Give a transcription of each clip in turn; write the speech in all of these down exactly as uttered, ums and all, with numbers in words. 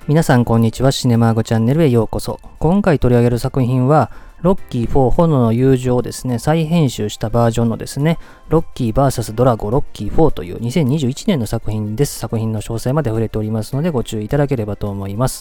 皆さんこんにちは。シネマーグチャンネルへようこそ。今回取り上げる作品はロッキーフォー炎の友情をですね再編集したバージョンのですねロッキー ブイエス ドラゴロッキーフォーというにせんにじゅういちねんの作品です。作品の詳細まで触れておりますのでご注意いただければと思います。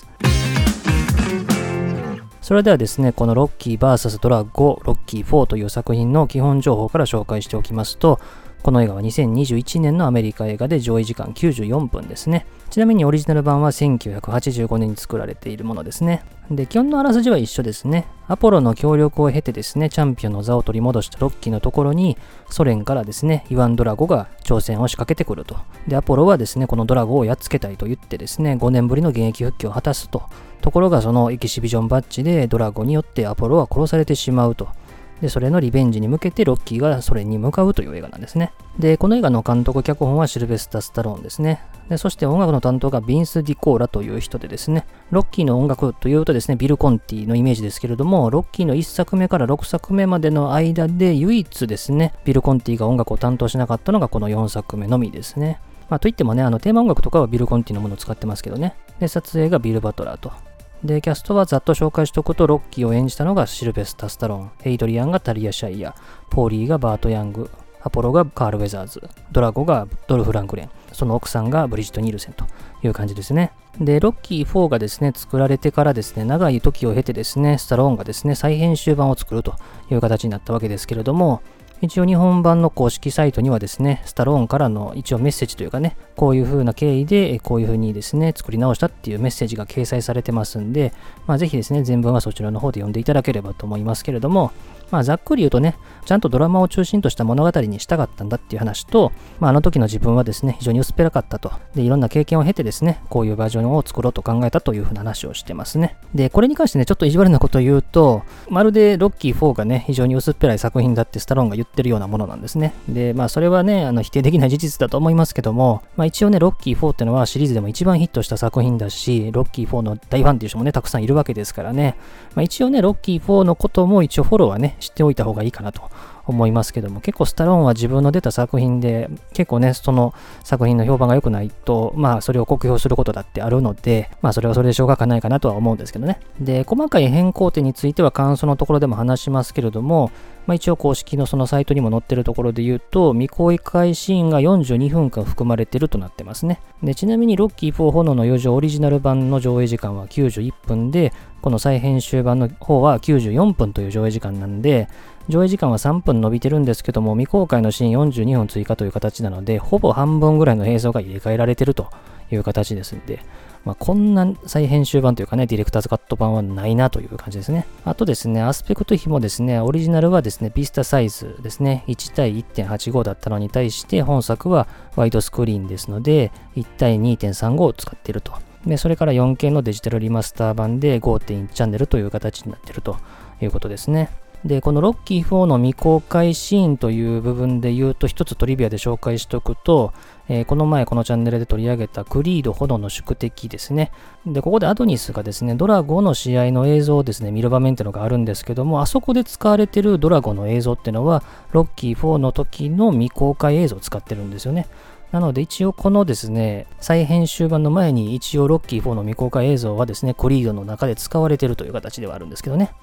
それではですね、このロッキー ブイエス ドラゴロッキーフォーという作品の基本情報から紹介しておきますと、この映画はにせんにじゅういちねんのアメリカ映画で上映時間きゅうじゅうよんぷんですね。ちなみにオリジナル版はせんきゅうひゃくはちじゅうごねんに作られているものですね。で、基本のあらすじは一緒ですね。アポロの協力を経てですね、チャンピオンの座を取り戻したロッキーのところに、ソ連からですね、イワン・ドラゴが挑戦を仕掛けてくると。で、アポロはですね、このドラゴをやっつけたいと言ってですね、ごねんぶりの現役復帰を果たすと。ところがそのエキシビジョンバッジでドラゴによってアポロは殺されてしまうと。で、それのリベンジに向けてロッキーがそれに向かうという映画なんですね。で、この映画の監督脚本はシルベスタ・スタローンですね。で、そして音楽の担当がビンス・ディコーラという人でですね、ロッキーの音楽というとですね、ビル・コンティのイメージですけれども、ロッキーのいっさくめからろくさくめまでの間で唯一ですね、ビル・コンティが音楽を担当しなかったのがこのよんさくめのみですね。まあ、といってもね、あのテーマ音楽とかはビル・コンティのものを使ってますけどね。で、撮影がビル・バトラーと。で、キャストはざっと紹介しておくと、ロッキーを演じたのがシルベスタ・スタローン、エイドリアンがタリア・シャイヤ、ポーリーがバート・ヤング、アポロがカール・ウェザーズ、ドラゴがドルフ・ランクレン、その奥さんがブリジット・ニールセンという感じですね。で、ロッキーフォーがですね、作られてからですね、長い時を経てですね、スタローンがですね、再編集版を作るという形になったわけですけれども、一応日本版の公式サイトにはですね、スタローンからの一応メッセージというかね、こういう風な経緯でこういう風にですね、作り直したっていうメッセージが掲載されてますんで、まあぜひですね、全文はそちらの方で読んでいただければと思いますけれども、まあざっくり言うとね、ちゃんとドラマを中心とした物語にしたかったんだっていう話と、まああの時の自分はですね、非常に薄っぺらかったと。で、いろんな経験を経てですね、こういうバージョンを作ろうと考えたという風な話をしてますね。で、これに関してね、ちょっと意地悪なことを言うと、まるでロッキーフォーがね、非常に薄っぺらい作品だってスタローンが言ってるようなものなんですね。で、まあそれはね、あの否定できない事実だと思いますけども、まあ一応ね、ロッキーフォーってのはシリーズでも一番ヒットした作品だし、ロッキーフォーの大ファンっていう人もね、たくさんいるわけですからね、まあ一応ね、ロッキーフォーのことも一応フォローはね、知っておいた方がいいかなと思いますけども、結構スタローンは自分の出た作品で結構ね、その作品の評判が良くないと、まあそれを酷評することだってあるので、まあそれはそれでしょうがないかなとは思うんですけどね。で、細かい変更点については感想のところでも話しますけれども、まあ、一応公式のそのサイトにも載ってるところで言うと、未公開シーンがよんじゅうにふんかん含まれてるとなってますね。で、ちなみにロッキーフォー炎の余剰オリジナル版の上映時間はきゅうじゅういっぷんで、この再編集版の方はきゅうじゅうよんぷんという上映時間なんで、上映時間はさんぷん伸びてるんですけども、未公開のシーンよんじゅうにふん追加という形なので、ほぼ半分ぐらいの映像が入れ替えられてるという形ですんで、まあ、こんな再編集版というかね、ディレクターズカット版はないなという感じですね。あとですね、アスペクト比もですね、オリジナルはですね、ビスタサイズですね、いちたいいってんはちごだったのに対して、本作はワイドスクリーンですので、いちたいにてんさんごを使っていると。で、それから よんケー のデジタルリマスター版で ごてんいち チャンネルという形になっているということですね。で、このロッキーフォーの未公開シーンという部分で言うと、一つトリビアで紹介しておくと、えー、この前このチャンネルで取り上げたクリード炎の宿敵ですね。で、ここでアドニスがですね、ドラゴの試合の映像をですね、見る場面っていうのがあるんですけども、あそこで使われているドラゴの映像っていうのは、ロッキーフォーの時の未公開映像を使ってるんですよね。なので一応このですね、再編集版の前に一応ロッキーフォーの未公開映像はですね、クリードの中で使われているという形ではあるんですけどね。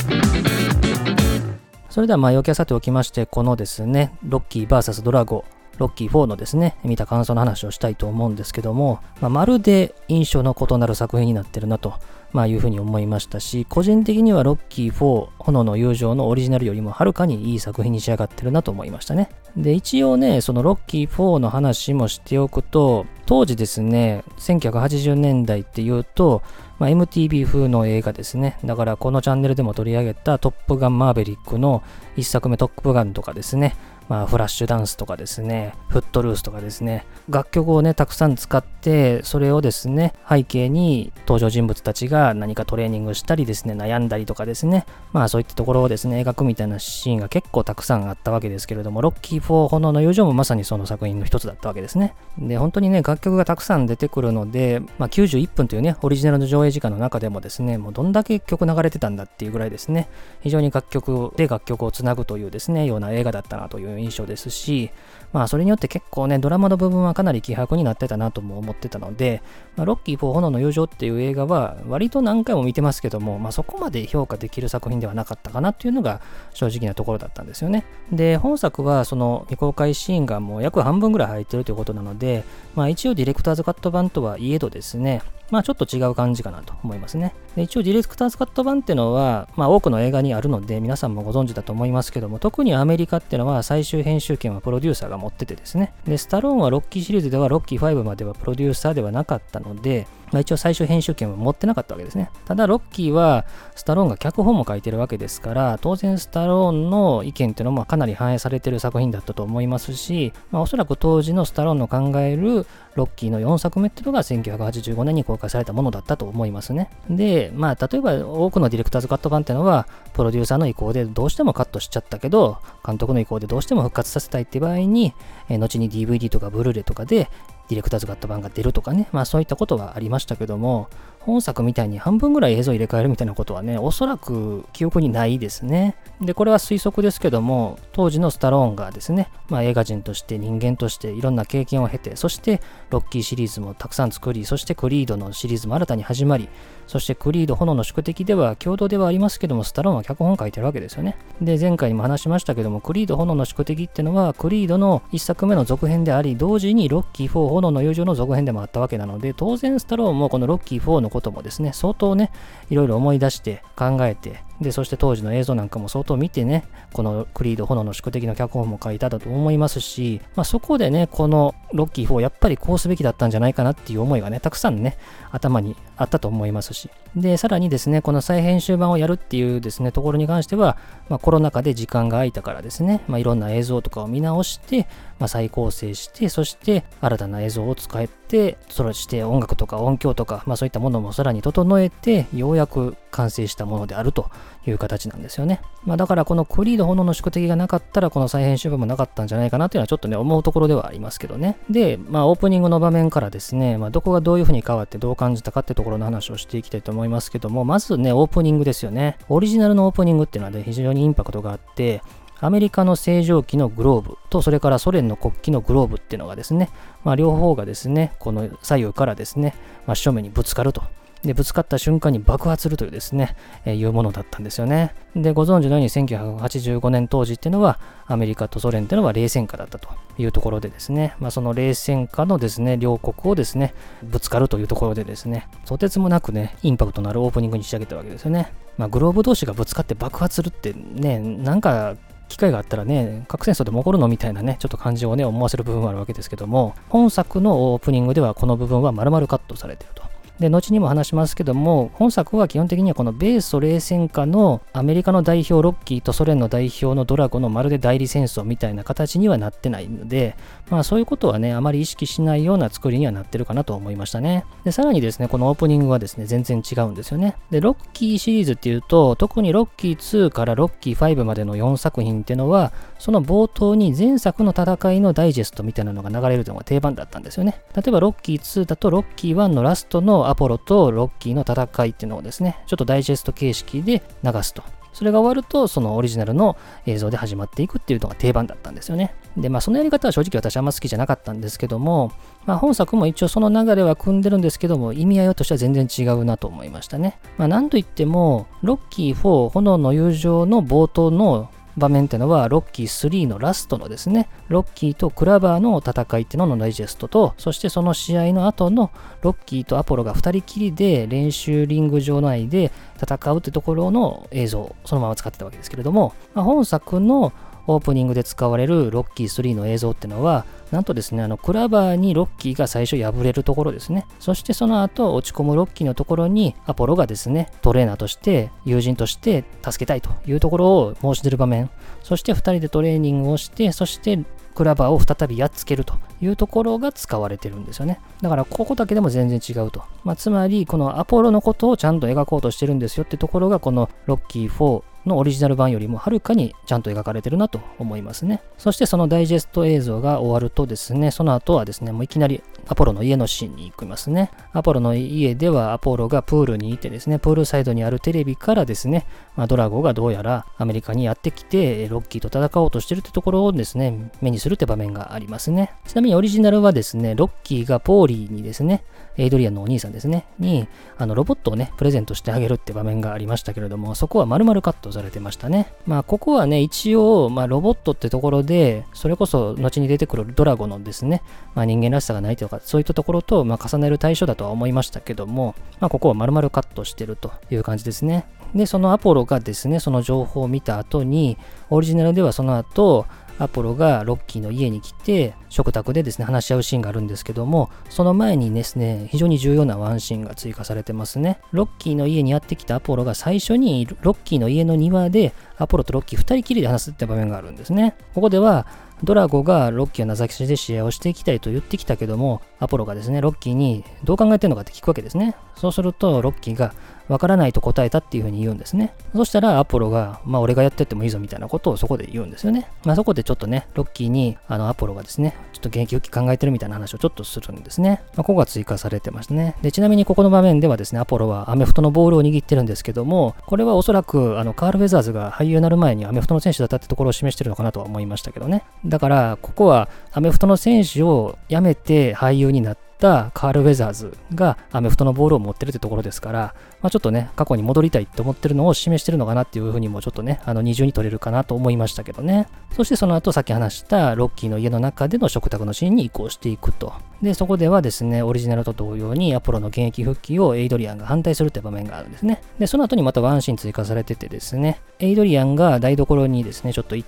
それでは前置きはさておきまして、このですね、ロッキー ブイエス ドラゴ、ロッキーフォーのですね、見た感想の話をしたいと思うんですけども、まあ、まるで印象の異なる作品になってるなと、まあ、いうふうに思いましたし、個人的にはロッキーフォー、炎の友情のオリジナルよりもはるかにいい作品に仕上がってるなと思いましたね。で、一応ね、そのロッキーフォーの話もしておくと、当時ですね、せんきゅうひゃくはちじゅうねんだいっていうと、まあ、エムティービー 風の映画ですね。だからこのチャンネルでも取り上げたトップガンマーヴェリックのいっさくめトップガンとかですね。まあ、フラッシュダンスとかですね、フットルースとかですね、楽曲をね、たくさん使って、それをですね、背景に登場人物たちが何かトレーニングしたりですね、悩んだりとかですね、まあそういったところをですね、描くみたいなシーンが結構たくさんあったわけですけれども、ロッキーフォー炎の友情もまさにその作品の一つだったわけですね。で、本当にね、楽曲がたくさん出てくるので、まあきゅうじゅういっぷんというね、オリジナルの上映時間の中でもですね、もうどんだけ曲流れてたんだっていうぐらいですね、非常に楽曲で楽曲をつなぐというですね、ような映画だったなといういう印象ですし、まあそれによって結構ね、ドラマの部分はかなり希薄になってたなとも思ってたので、まあ、ロッキーフォー炎の友情っていう映画は割と何回も見てますけども、まあそこまで評価できる作品ではなかったかなっていうのが正直なところだったんですよね。で、本作はその未公開シーンがもう約半分ぐらい入ってるということなので、まあ一応ディレクターズカット版とはいえどですね、まあちょっと違う感じかなと思いますね。で一応ディレクターズカット版っていうのは、まあ多くの映画にあるので皆さんもご存知だと思いますけども、特にアメリカっていうのは最終編集権はプロデューサーが持っててですね。で、スタローンはロッキーシリーズではロッキーファイブまではプロデューサーではなかったので、まあ、一応最終編集権は持ってなかったわけですね。ただロッキーはスタローンが脚本も書いてるわけですから、当然スタローンの意見っていうのもかなり反映されてる作品だったと思いますし、まあ、おそらく当時のスタローンの考えるロッキーのよんさくめっていうのがせんきゅうひゃくはちじゅうごねんに公開されたものだったと思いますね。で、まあ例えば多くのディレクターズカット版っていうのはプロデューサーの意向でどうしてもカットしちゃったけど、監督の意向でどうしても復活させたいっていう場合に、えー、後に ディーブイディー とかブルーレイとかでディレクターズカット版が出るとかね、まあそういったことはありましたけども、本作みたいに半分ぐらい映像を入れ替えるみたいなことはね、おそらく記憶にないですね。で、これは推測ですけども、当時のスタローンがですね、まあ映画人として人間としていろんな経験を経て、そしてロッキーシリーズもたくさん作り、そしてクリードのシリーズも新たに始まり、そしてクリード炎の宿敵では共同ではありますけども、スタローンは脚本を書いてるわけですよね。で、前回にも話しましたけども、クリード炎の宿敵っていうのはクリードのいっさくめの続編であり、同時にロッキーフォー炎の友情の続編でもあったわけなので、当然スタローンもこのロッキーフォーのこともですね、相当ね、いろいろ思い出して考えて、で、そして当時の映像なんかも相当見てね、このクリード炎の宿敵の脚本も書いただと思いますし、まあそこでね、このロッキーフォーやっぱりこうすべきだったんじゃないかなっていう思いがね、たくさんね、頭にあったと思いますし。で、さらにですね、この再編集版をやるっていうですね、ところに関しては、まあコロナ禍で時間が空いたからですね、まあいろんな映像とかを見直して、まあ再構成して、そして新たな映像を使って、そして音楽とか音響とか、まあそういったものもさらに整えて、ようやく完成したものであるという形なんですよね。まあだからこのクリード炎の宿敵がなかったら、この再編集版もなかったんじゃないかなというのはちょっとね、思うところではありますけどね。で、まあオープニングの場面からですね、まあどこがどういう風に変わってどう感じたかってところの話をしていきたいと思いますけども、まずね、オープニングですよね。オリジナルのオープニングっていうのはね、非常にインパクトがあって、アメリカの星条旗のグローブと、それからソ連の国旗のグローブっていうのがですね、まあ両方がですね、この左右からですね、まあ正面にぶつかると。で、ぶつかった瞬間に爆発するというですね、えー、いうものだったんですよね。で、ご存知のようにせんきゅうひゃくはちじゅうごねん当時っていうのは、アメリカとソ連っていうのは冷戦下だったというところでですね、まあその冷戦下のですね、両国をですね、ぶつかるというところでですね、とてつもなくね、インパクトのあるオープニングに仕上げたわけですよね。まあグローブ同士がぶつかって爆発するってね、なんか、機会があったらね、核戦争でも起こるのみたいなね、ちょっと感じをね、思わせる部分はあるわけですけども、本作のオープニングではこの部分は丸々カットされていると。で、後にも話しますけども、本作は基本的にはこの米ソ冷戦下のアメリカの代表ロッキーとソ連の代表のドラゴのまるで代理戦争みたいな形にはなってないので、まあそういうことはね、あまり意識しないような作りにはなってるかなと思いましたね。で、さらにですね、このオープニングはですね、全然違うんですよね。で、ロッキーシリーズっていうと、特にロッキーツーからロッキーファイブまでのよんさく品っていうのは、その冒頭に前作の戦いのダイジェストみたいなのが流れるのが定番だったんですよね。例えばロッキーツーだとロッキーワンのラストのアポロとロッキーの戦いっていうのをですね、ちょっとダイジェスト形式で流すと。それが終わると、そのオリジナルの映像で始まっていくっていうのが定番だったんですよね。で、まあそのやり方は正直私はあんま好きじゃなかったんですけども、まあ本作も一応その流れは組んでるんですけども、意味合いとしては全然違うなと思いましたね。まあなんといっても、ロッキーフォー炎の友情の冒頭の場面ってのはロッキースリーのラストのですね、ロッキーとクラバーの戦いってののダイジェストと、そしてその試合の後のロッキーとアポロがふたりきりで練習リング上内で戦うってところの映像をそのまま使ってたわけですけれども、まあ、本作のオープニングで使われるロッキースリーの映像ってのは、なんとですね、あのクラバーにロッキーが最初敗れるところですね。そしてその後落ち込むロッキーのところにアポロがですね、トレーナーとして友人として助けたいというところを申し出る場面。そしてふたりでトレーニングをして、そしてクラバーを再びやっつけるというところが使われてるんですよね。だからここだけでも全然違うと。まあ、つまりこのアポロのことをちゃんと描こうとしてるんですよってところがこのロッキーフォーのオリジナル版よりもはるかにちゃんと描かれてるなと思いますね。そしてそのダイジェスト映像が終わるとですね、その後はですね、もういきなりアポロの家のシーンに行きますね。アポロの家ではアポロがプールにいてですね、プールサイドにあるテレビからですね、まあ、ドラゴがどうやらアメリカにやってきてロッキーと戦おうとしてるってところをですね、目にするって場面がありますね。ちなみにオリジナルはですね、ロッキーがポーリーにですね、エイドリアンのお兄さんですね、に、あの、ロボットをね、プレゼントしてあげるって場面がありましたけれども、そこは丸々カットされてましたね。まあ、ここはね、一応、まあ、ロボットってところで、それこそ、後に出てくるドラゴのですね、まあ、人間らしさがないとか、そういったところと、まあ、重ねる対象だとは思いましたけども、まあ、ここは丸々カットしてるという感じですね。で、そのアポロがですね、その情報を見た後に、オリジナルではその後、アポロがロッキーの家に来て食卓でですね話し合うシーンがあるんですけども、その前にですね非常に重要なワンシーンが追加されてますね。ロッキーの家にやってきたアポロが最初にロッキーの家の庭でアポロとロッキーふたりきりで話すって場面があるんですね。ここではドラゴがロッキーを名指しで試合をしていきたいと言ってきたけども、アポロがですねロッキーにどう考えてるのかって聞くわけですね。そうするとロッキーがわからないと答えたっていうふうに言うんですね。そしたらアポロが、まあ俺がやってってもいいぞみたいなことをそこで言うんですよね。まあそこでちょっとね、ロッキーにあのアポロがですね、ちょっと現役復帰考えてるみたいな話をちょっとするんですね。まあ、ここが追加されてましたね。で、ちなみにここの場面ではですね、アポロはアメフトのボールを握ってるんですけども、これはおそらくあのカール・ウェザーズが俳優になる前にアメフトの選手だったってところを示してるのかなとは思いましたけどね。だから、ここはアメフトの選手を辞めて俳優になってカール・ウェザーズがアメフトのボールを持ってるってところですから、まあ、ちょっとね過去に戻りたいって思ってるのを示してるのかなっていうふうにもちょっとねあの二重に取れるかなと思いましたけどね。そしてその後さっき話したロッキーの家の中での食卓のシーンに移行していくと。でそこではですねオリジナルと同様にアポロの現役復帰をエイドリアンが反対するって場面があるんですね。でその後にまたワンシーン追加されててですね、エイドリアンが台所にですねちょっと行って、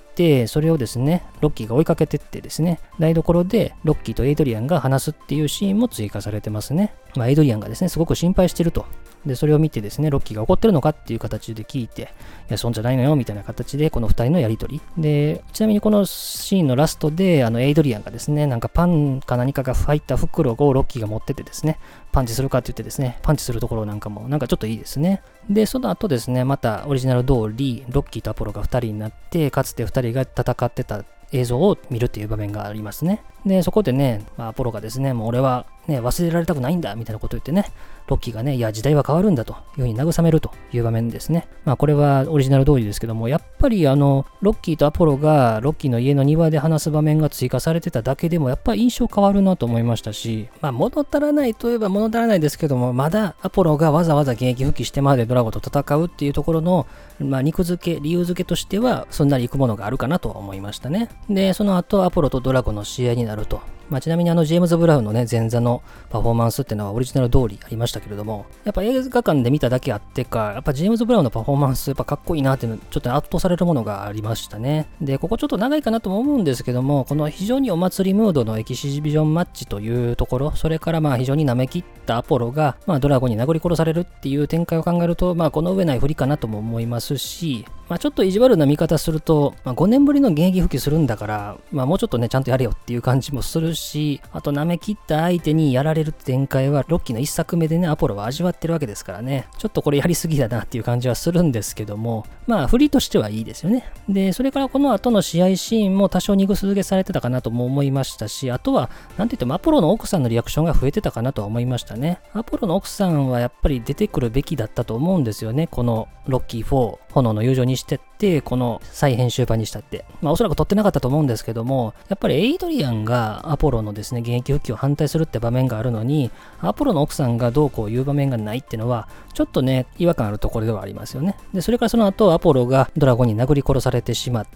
それをですねロッキーが追いかけてってですね台所でロッキーとエイドリアンが話すっていうシーンも追加されてますね。まあ、エイドリアンがですねすごく心配してると。でそれを見てですねロッキーが怒ってるのかっていう形で聞いて、いやそんじゃないのよみたいな形でこのふたりのやりとりで、ちなみにこのシーンのラストであのエイドリアンがですねなんかパンか何かが入った袋をロッキーが持っててですねパンチするかって言ってですねパンチするところなんかもなんかちょっといいですね。でその後ですねまたオリジナル通りロッキーとアポロがふたりになって、かつてふたりが戦ってた映像を見るっていう場面がありますね。でそこでね、まあ、アポロがですねもう俺はね忘れられたくないんだみたいなことを言ってね、ロッキーがねいや時代は変わるんだというふうに慰めるという場面ですね。まあこれはオリジナル通りですけども、やっぱりあのロッキーとアポロがロッキーの家の庭で話す場面が追加されてただけでもやっぱり印象変わるなと思いましたし、まあ物足らないといえば物足らないですけども、まだアポロがわざわざ現役復帰してまでドラゴンと戦うっていうところの、まあ、肉付け理由付けとしてはそんなにいくものがあるかなとは思いましたね。でその後アポロとドラゴンの試合になると。まあ、ちなみにあのジェームズ・ブラウンのね前座のパフォーマンスっていうのはオリジナル通りありましたけれども、やっぱ映画館で見ただけあってか、やっぱジェームズ・ブラウンのパフォーマンスやっぱかっこいいなっていうのちょっと圧倒されるものがありましたね。でここちょっと長いかなとも思うんですけども、この非常にお祭りムードのエキシビジョンマッチというところ、それからまあ非常に舐め切ったアポロが、まあ、ドラゴンに殴り殺されるっていう展開を考えると、まあこの上ない振りかなとも思いますし、まあちょっと意地悪な見方すると、まあ、ごねんぶりの現役復帰するんだから、まあもうちょっとねちゃんとやれよっていう感じもするし、あと舐め切った相手にやられる展開はロッキーの一作目でねアポロは味わってるわけですからね、ちょっとこれやりすぎだなっていう感じはするんですけども、まあ振りとしてはいいですよね。でそれからこの後の試合シーンも多少肉付けされてたかなとも思いましたし、あとはなんて言ってもアポロの奥さんのリアクションが増えてたかなとは思いましたね。アポロの奥さんはやっぱり出てくるべきだったと思うんですよね。このロッキーフォー炎の友情にしてってこの再編集版にしたって、まあおそらく撮ってなかったと思うんですけども、やっぱりエイドリアンがアポロのですね現役復帰を反対するって場面があるのに、アポロの奥さんがどうこう言う場面がないっていうのはちょっとね違和感あるところではありますよね。でそれからその後アポロがドラゴンに殴り殺されてしまって、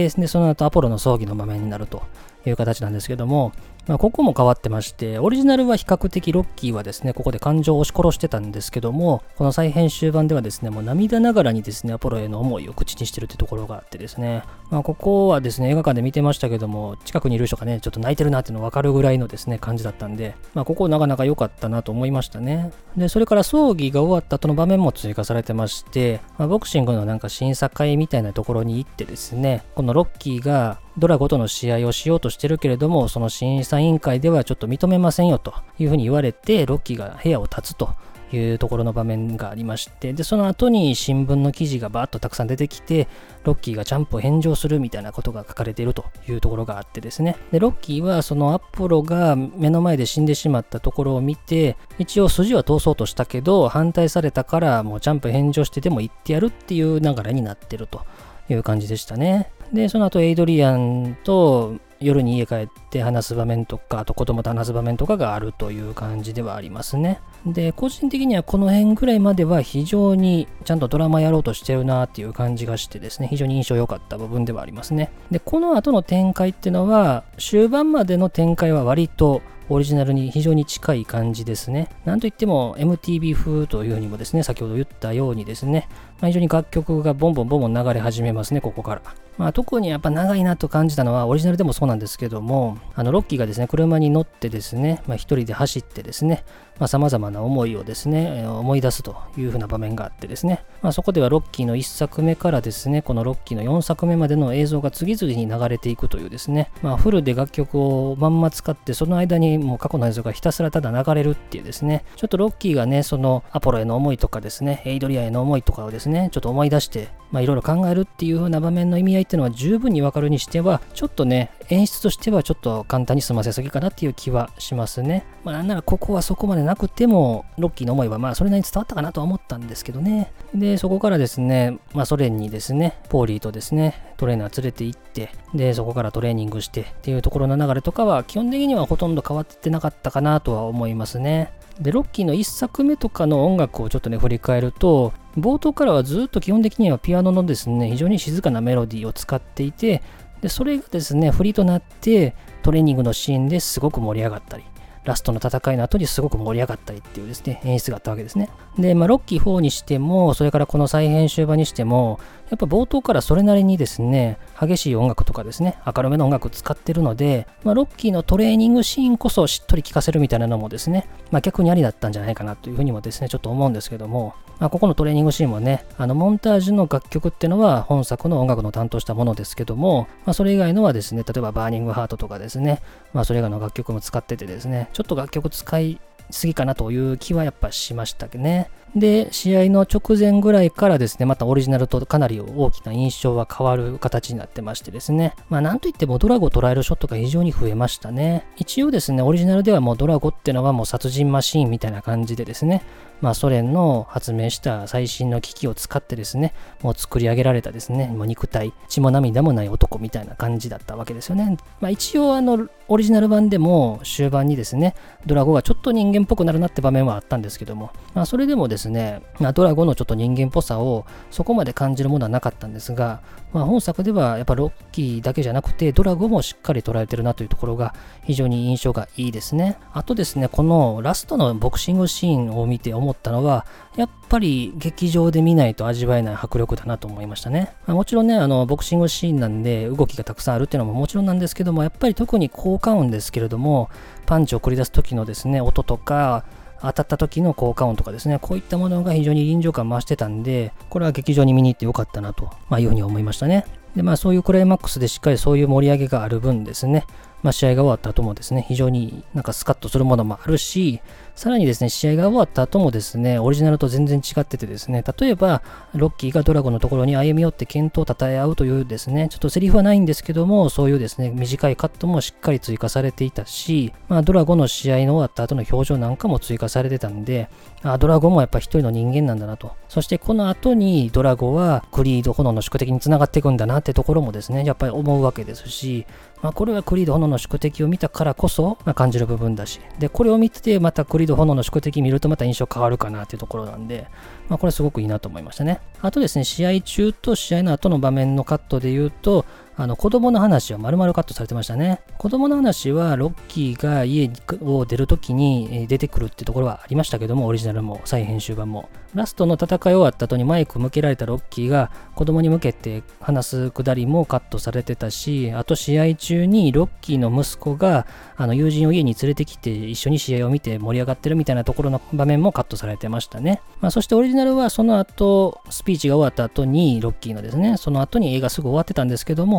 でその後アポロの葬儀の場面になるという形なんですけども、まあ、ここも変わってまして、オリジナルは比較的ロッキーはですねここで感情を押し殺してたんですけども、この再編集版ではですねもう涙ながらにですねアポロへの思いを口にしてるってところがあってですね、まあ、ここはですね映画館で見てましたけども、近くにいる人がねちょっと泣いてるなっていうの分かるぐらいのですね感じだったんで、まあ、ここなかなか良かったなと思いましたね。でそれから葬儀が終わった後の場面も追加されてまして、まあ、ボクシングのなんか審査会みたいなところに行ってですね、このロッキーがドラゴとの試合をしようとしてるけれども、その審査委員会ではちょっと認めませんよというふうに言われて、ロッキーが部屋を立つというところの場面がありまして、で、その後に新聞の記事がバーッとたくさん出てきて、ロッキーがジャンプを返上するみたいなことが書かれているというところがあってですね。で、ロッキーはそのアポロが目の前で死んでしまったところを見て、一応筋は通そうとしたけど、反対されたからもうジャンプ返上してでも行ってやるっていう流れになってるという感じでしたね。で、その後エイドリアンと夜に家帰って話す場面とか、あと子供と話す場面とかがあるという感じではありますね。で、個人的にはこの辺ぐらいまでは非常にちゃんとドラマやろうとしてるなっていう感じがしてですね、非常に印象良かった部分ではありますね。で、この後の展開っていうのは、終盤までの展開は割とオリジナルに非常に近い感じですね。なんといっても エムティービー 風というふうにもですね、先ほど言ったようにですね、まあ、非常に楽曲がボンボンボンボン流れ始めますね、ここから。まあ、特にやっぱ長いなと感じたのは、オリジナルでもそうなんですけども、あのロッキーがですね、車に乗ってですね、まあ、一人で走ってですね、まあ、様々な思いをですね、思い出すというふうな場面があってですね、まあ、そこではロッキーのいっさくめからですね、このロッキーのよんさくめまでの映像が次々に流れていくというですね、まあ、フルで楽曲をまんま使って、その間にもう過去の映像がひたすらただ流れるっていうですね、ちょっとロッキーがね、そのアポロへの思いとかですね、エイドリアへの思いとかをですね、ちょっと思い出して、まあいろいろ考えるっていう風な場面の意味合いっていうのは十分にわかるにしては、ちょっとね、演出としてはちょっと簡単に済ませすぎかなっていう気はしますね。まあなんならここはそこまでなくても、ロッキーの思いはまあそれなりに伝わったかなとは思ったんですけどね。で、そこからですね、まあソ連にですね、ポーリーとですね、トレーナー連れて行って、で、そこからトレーニングしてっていうところの流れとかは、基本的にはほとんど変わってなかったかなとは思いますね。で、ロッキーのいっさくめとかの音楽をちょっとね、振り返ると、冒頭からはずっと基本的にはピアノのですね、非常に静かなメロディーを使っていて、で、それがですね、振りとなってトレーニングのシーンですごく盛り上がったり、ラストの戦いの後にすごく盛り上がったりっていうですね、演出があったわけですね。で、まあ、ロッキーフォーにしても、それからこの再編集版にしても、やっぱ冒頭からそれなりにですね、激しい音楽とかですね、明るめの音楽を使ってるので、まあ、ロッキーのトレーニングシーンこそしっとり聴かせるみたいなのもですね、まあ、逆にありだったんじゃないかなというふうにもですね、ちょっと思うんですけども、まあ、ここのトレーニングシーンもね、あのモンタージュの楽曲っていうのは本作の音楽の担当したものですけども、まあ、それ以外のはですね、例えばバーニングハートとかですね、まあ、それ以外の楽曲も使っててですね、ちょっと楽曲使いすぎかなという気はやっぱしましたけどね。で、試合の直前ぐらいからですね、またオリジナルとかなり大きな印象は変わる形になってましてですね、まあなんといってもドラゴを捉えるショットが非常に増えましたね。一応ですね、オリジナルではもうドラゴってのはもう殺人マシーンみたいな感じでですね、まあソ連の発明した最新の機器を使ってですね、もう作り上げられたですね、もう肉体、血も涙もない男みたいな感じだったわけですよね。まあ一応あの、オリジナル版でも終盤にですね、ドラゴがちょっと人間っぽくなるなって場面はあったんですけども、まあそれでもですね、まあ、ドラゴのちょっと人間っぽさをそこまで感じるものはなかったんですが、まあ、本作ではやっぱロッキーだけじゃなくてドラゴもしっかり捉えてるなというところが非常に印象がいいですね。あとですね、このラストのボクシングシーンを見て思ったのは、やっぱり劇場で見ないと味わえない迫力だなと思いましたね。まあ、もちろんね、あのボクシングシーンなんで動きがたくさんあるっていうのももちろんなんですけども、やっぱり特に効果音ですけれども、パンチを繰り出す時のですね、音とか当たった時の効果音とかですね、こういったものが非常に臨場感増してたんで、これは劇場に見に行ってよかったなと、まあ、いうふうに思いましたね。で、まあそういうクライマックスでしっかりそういう盛り上げがある分ですね、まあ試合が終わった後もですね、非常になんかスカッとするものもあるし、さらにですね、試合が終わった後もですね、オリジナルと全然違っててですね、例えば、ロッキーがドラゴンのところに歩み寄って健闘を称え合うというですね、ちょっとセリフはないんですけども、そういうですね、短いカットもしっかり追加されていたし、まあドラゴンの試合の終わった後の表情なんかも追加されてたんで、あ、ドラゴンもやっぱ一人の人間なんだなと。そしてこの後にドラゴはクリード炎の宿敵に繋がっていくんだなってところもですね、やっぱり思うわけですし、まあこれはクリード炎の宿敵を見たからこそ、まあ、感じる部分だし、で、これを見ててまたクリード炎の宿敵見るとまた印象変わるかなっていうところなんで、まあこれすごくいいなと思いましたね。あとですね、試合中と試合の後の場面のカットで言うと、あの子供の話は丸々カットされてましたね。子供の話はロッキーが家を出るときに出てくるってところはありましたけども、オリジナルも再編集版も。ラストの戦い終わった後にマイク向けられたロッキーが子供に向けて話すくだりもカットされてたし、あと試合中にロッキーの息子があの友人を家に連れてきて一緒に試合を見て盛り上がってるみたいなところの場面もカットされてましたね。まあ、そしてオリジナルはその後スピーチが終わった後にロッキーのですね、その後に映画すぐ終わってたんですけども、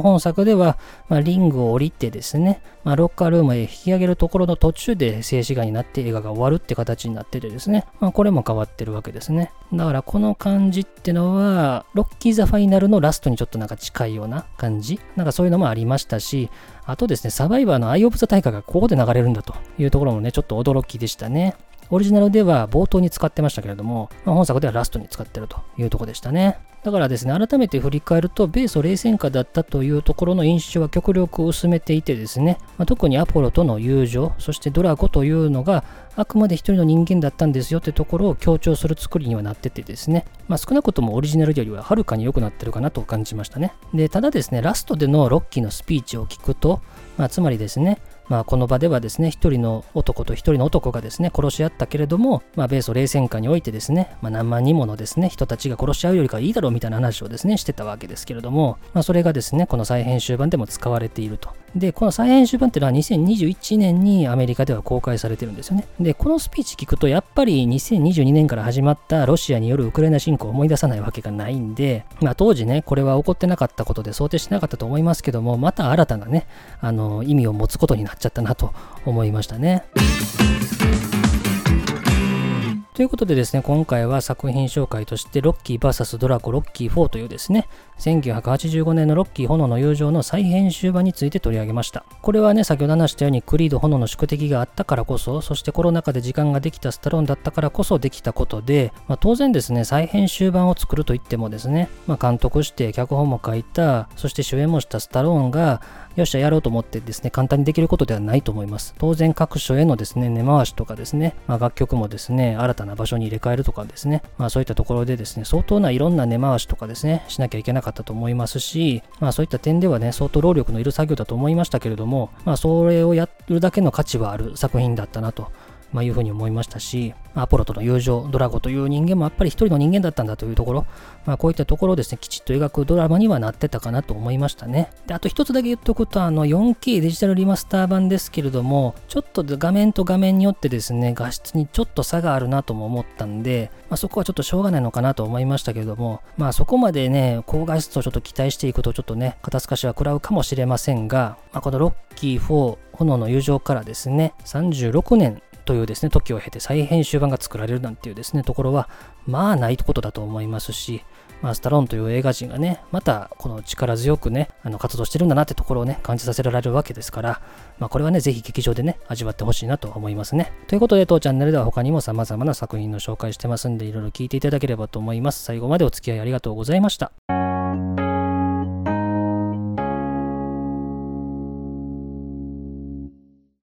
本作では、まあ、リングを降りてですね、まあ、ロッカールームへ引き上げるところの途中で静止画になって映画が終わるって形になっててですね、まあ、これも変わってるわけですね。だからこの感じってのは、ロッキー・ザ・ファイナルのラストにちょっとなんか近いような感じ、なんかそういうのもありましたし、あとですね、サバイバーのアイ・オブ・ザ・大会がここで流れるんだというところもね、ちょっと驚きでしたね。オリジナルでは冒頭に使ってましたけれども、まあ、本作ではラストに使ってるというところでしたね。だからですね、改めて振り返ると、米ソ冷戦下だったというところの印象は極力薄めていてですね、まあ、特にアポロとの友情、そしてドラゴというのがあくまで一人の人間だったんですよってところを強調する作りにはなっててですね、まあ、少なくともオリジナルよりははるかに良くなってるかなと感じましたね。で、ただですね、ラストでのロッキーのスピーチを聞くと、まあ、つまりですね、まあこの場ではですね、一人の男と一人の男がですね、殺し合ったけれども、まあ米ソ冷戦下においてですね、まあ何万人ものですね、人たちが殺し合うよりかいいだろうみたいな話をですね、してたわけですけれども、まあそれがですね、この再編集版でも使われていると。で、この再編集版っていうのはにせんにじゅういちねんにアメリカでは公開されてるんですよね。で、このスピーチ聞くと、やっぱりにせんにじゅうにねんから始まったロシアによるウクライナ侵攻を思い出さないわけがないんで、まあ当時ね、これは起こってなかったことで想定してなかったと思いますけども、また新たなね、あの、意味を持つことになっちゃったなと思いましたね。ということでですね、今回は作品紹介としてロッキー ブイエス ドラゴロッキーフォーというですね、せんきゅうひゃくはちじゅうごねんのロッキー炎の友情の再編集版について取り上げました。これはね、先ほど話したようにクリード炎の宿敵があったからこそ、そしてコロナ禍で時間ができたスタローンだったからこそできたことで、まあ、当然ですね、再編集版を作るといってもですね、まあ、監督して脚本も書いた、そして主演もしたスタローンが、よっしゃやろうと思ってですね、簡単にできることではないと思います。当然各所へのですね、根回しとかですね、まあ、楽曲もですね、新たな場所に入れ替えるとかですね、まあそういったところでですね、相当ないろんな根回しとかですね、しなきゃいけなかったと思いますし、まあそういった点ではね、相当労力のいる作業だと思いましたけれども、まあそれをやるだけの価値はある作品だったなと。まあいうふうに思いましたし、アポロとの友情、ドラゴという人間もやっぱり一人の人間だったんだというところ、まあこういったところをですね、きちっと描くドラマにはなってたかなと思いましたね。で、あと一つだけ言っておくと、あの よんケー デジタルリマスター版ですけれども、ちょっと画面と画面によってですね、画質にちょっと差があるなとも思ったんで、まあそこはちょっとしょうがないのかなと思いましたけれども、まあそこまでね、高画質をちょっと期待していくとちょっとね、肩透かしは食らうかもしれませんが、まあこのロッキーフォー、炎の友情からですね、さんじゅうろくねん、というですね、時を経て再編集版が作られるなんていうですね、ところは、まあないことだと思いますし、まあ、スタローンという映画人がね、またこの力強くね、あの活動してるんだなってところをね、感じさせられるわけですから、まあこれはね、ぜひ劇場でね、味わってほしいなと思いますね。ということで、当チャンネルでは他にも様々な作品の紹介してますんで、いろいろ聞いていただければと思います。最後までお付き合いありがとうございました。